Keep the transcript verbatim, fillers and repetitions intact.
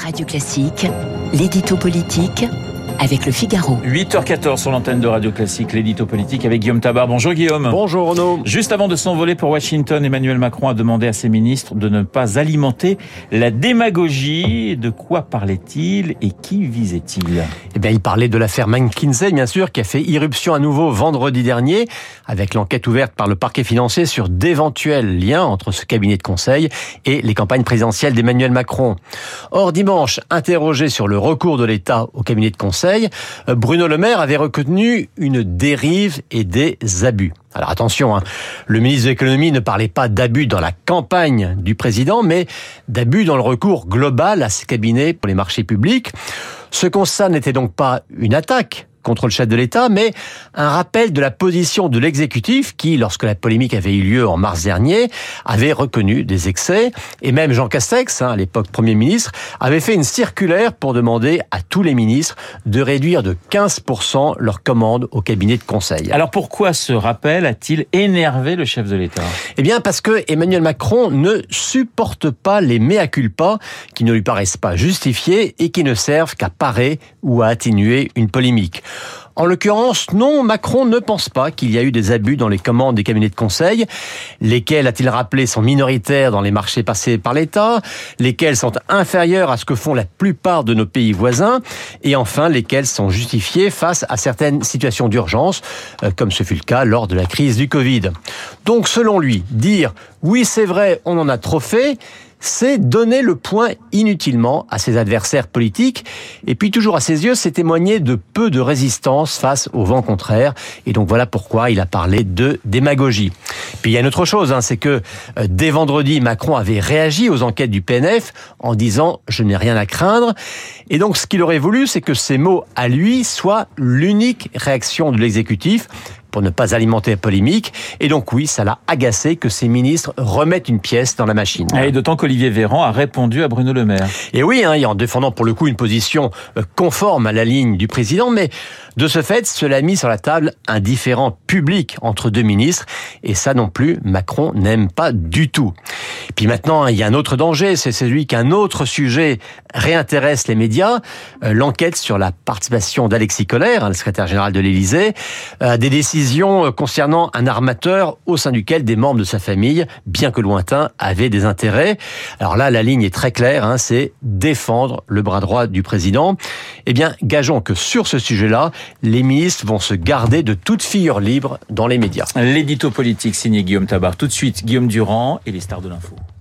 Radio Classique, l'édito politique avec Le Figaro. huit heures quatorze sur l'antenne de Radio Classique, l'édito politique avec Guillaume Tabar. Bonjour Guillaume. Bonjour Renaud. Juste avant de s'envoler pour Washington, Emmanuel Macron a demandé à ses ministres de ne pas alimenter la démagogie. De quoi parlait-il et qui visait-il ? Eh bien, il parlait de l'affaire McKinsey, bien sûr, qui a fait irruption à nouveau vendredi dernier, avec l'enquête ouverte par le parquet financier sur d'éventuels liens entre ce cabinet de conseil et les campagnes présidentielles d'Emmanuel Macron. Or, dimanche, interrogé sur le recours de l'État au cabinet de conseil, Bruno Le Maire avait reconnu une dérive et des abus. Alors attention, hein, le ministre de l'économie ne parlait pas d'abus dans la campagne du président, mais d'abus dans le recours global à ces cabinets pour les marchés publics. Ce constat n'était donc pas une attaque contre le chef de l'État, mais un rappel de la position de l'exécutif qui, lorsque la polémique avait eu lieu en mars dernier, avait reconnu des excès. Et même Jean Castex, hein, à l'époque Premier ministre, avait fait une circulaire pour demander à tous les ministres de réduire de quinze pour cent leurs commandes au cabinet de conseil. Alors pourquoi ce rappel a-t-il énervé le chef de l'État ? Eh bien parce que Emmanuel Macron ne supporte pas les mea culpa qui ne lui paraissent pas justifiés et qui ne servent qu'à parer ou à atténuer une polémique. En l'occurrence, non, Macron ne pense pas qu'il y a eu des abus dans les commandes des cabinets de conseil, lesquels, a-t-il rappelé, sont minoritaires dans les marchés passés par l'État, lesquels sont inférieurs à ce que font la plupart de nos pays voisins, et enfin, lesquels sont justifiés face à certaines situations d'urgence, comme ce fut le cas lors de la crise du Covid. Donc, selon lui, dire « oui, c'est vrai, on en a trop fait », c'est donner le point inutilement à ses adversaires politiques. Et puis toujours à ses yeux, c'est témoigner de peu de résistance face au vent contraire. Et donc voilà pourquoi il a parlé de démagogie. Puis il y a une autre chose, hein, c'est que euh, dès vendredi, Macron avait réagi aux enquêtes du P N F en disant « je n'ai rien à craindre ». Et donc ce qu'il aurait voulu, c'est que ces mots à lui soient l'unique réaction de l'exécutif pour ne pas alimenter la polémique. Et donc oui, ça l'a agacé que ses ministres remettent une pièce dans la machine. Et d'autant qu'Olivier Véran a répondu à Bruno Le Maire. Et oui, hein, en défendant pour le coup une position conforme à la ligne du président, mais de ce fait, cela a mis sur la table un différend public entre deux ministres. Et ça non plus, Macron n'aime pas du tout. Et puis maintenant, il y a un autre danger, c'est celui qu'un autre sujet réintéresse les médias. Euh, l'enquête sur la participation d'Alexis Kohler, hein, le secrétaire général de l'Élysée, à des décisions concernant un armateur au sein duquel des membres de sa famille, bien que lointains, avaient des intérêts. Alors là, la ligne est très claire, hein, c'est défendre le bras droit du président. Eh bien, gageons que sur ce sujet-là, les ministres vont se garder de toute figure libre dans les médias. L'édito politique signé Guillaume Tabar. Tout de suite, Guillaume Durand et les stars de l'info.